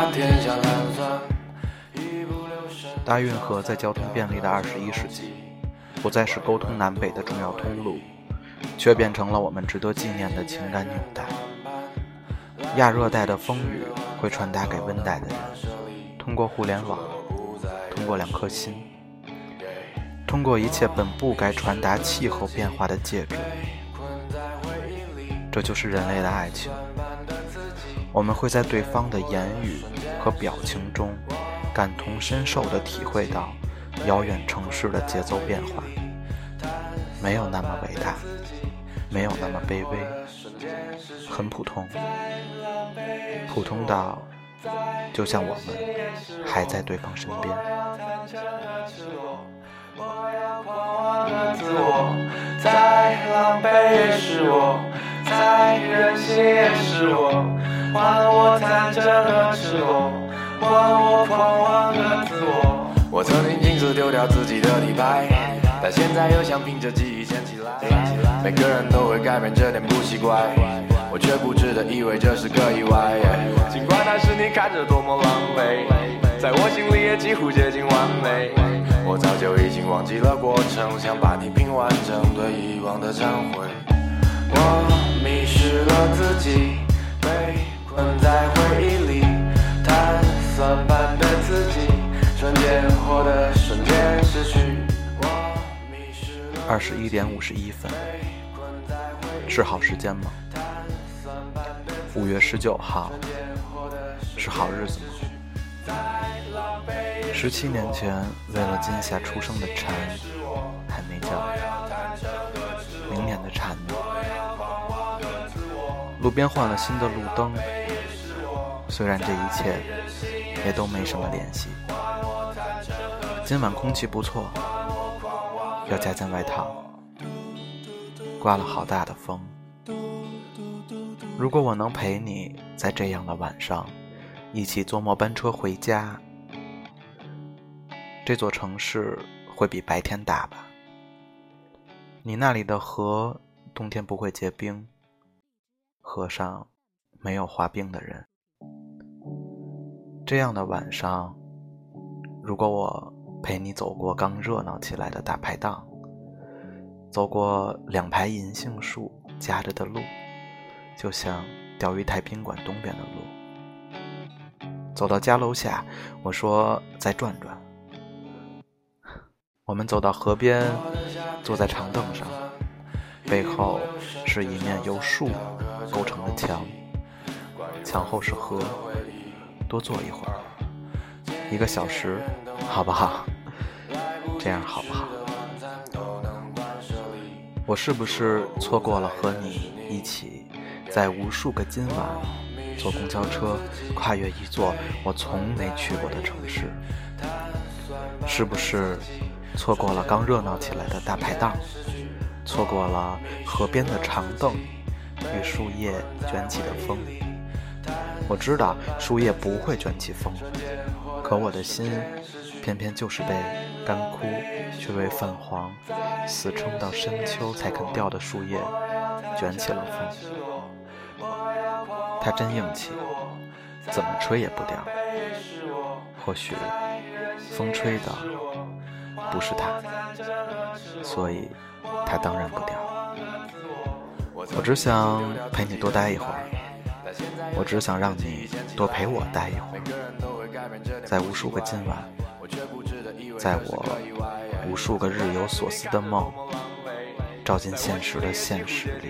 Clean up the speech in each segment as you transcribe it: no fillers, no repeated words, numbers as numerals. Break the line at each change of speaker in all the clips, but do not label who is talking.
大运河在交通便利的21世纪，不再是沟通南北的重要通路，却变成了我们值得纪念的情感纽带。亚热带的风雨会传达给温带的人，通过互联网，通过2颗心，通过一切本不该传达气候变化的介质。这就是人类的爱情，我们会在对方的言语和表情中感同身受地体会到遥远城市的节奏变化，没有那么伟大，没有那么卑微，很普通，普通到就像我们还在对方身边。
再狼狈也是我，再任性也是我，还我贪嗔和痴我，还我狂妄的自我。我曾经径自丢掉自己的底牌，但现在又想凭着记忆捡起来。每个人都会改变，这点不奇怪，我却固执地以为这是个意外。尽管那时你看着多么狼狈，在我心里也几乎接近完美。我早就已经忘记了过程，想把你拼完整，对遗忘的忏悔。我迷失了自己，被困在回忆里，碳酸般的自己，瞬间获得，瞬间失去。
21点51分，是好时间吗？5月19号是好日子吗？17年前为了今夏出生的蝉还没叫，明年的蝉呢？路边换了新的路灯，虽然这一切也都没什么联系。今晚空气不错，要加件外套，刮了好大的风。如果我能陪你在这样的晚上一起坐末班车回家，这座城市会比白天大吧？你那里的河冬天不会结冰，河上没有滑冰的人。这样的晚上，如果我陪你走过刚热闹起来的大排档，走过2排银杏树夹着的路，就像钓鱼台宾馆东边的路。走到家楼下，我说再转转。我们走到河边，坐在长凳上，背后是一面由树构成的墙，墙后是河，多坐一会儿，1个小时，好不好？这样好不好？我是不是错过了和你一起在无数个今晚坐公交车跨越一座我从没去过的城市？是不是错过了刚热闹起来的大排档，错过了河边的长凳与树叶卷起的风？我知道树叶不会卷起风，可我的心偏偏就是被干枯却未泛黄，死撑到深秋才肯掉的树叶卷起了风。它真硬气，怎么吹也不掉。或许风吹的不是它，所以它当然不掉。我只想陪你多待一会儿，我只想让你多陪我待一会儿，在无数个今晚，在我无数个日有所思的梦照进现实的现实里。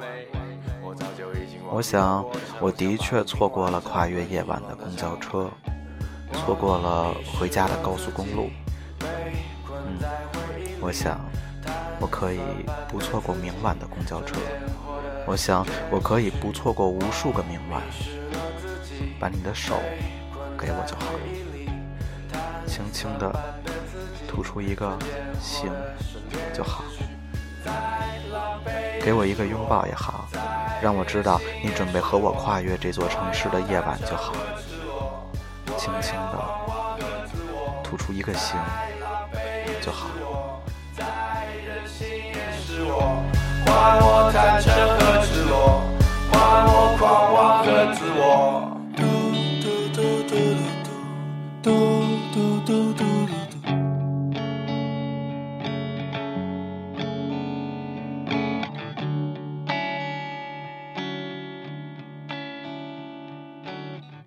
我想我的确错过了跨越夜晚的公交车，错过了回家的高速公路。我想我可以不错过明晚的公交车，我想我可以不错过无数个明晚。把你的手给我就好了，轻轻地吐出一个行就好，给我一个拥抱也好，让我知道你准备和我跨越这座城市的夜晚就好，轻轻地吐出一个行就好。
还我贪嗔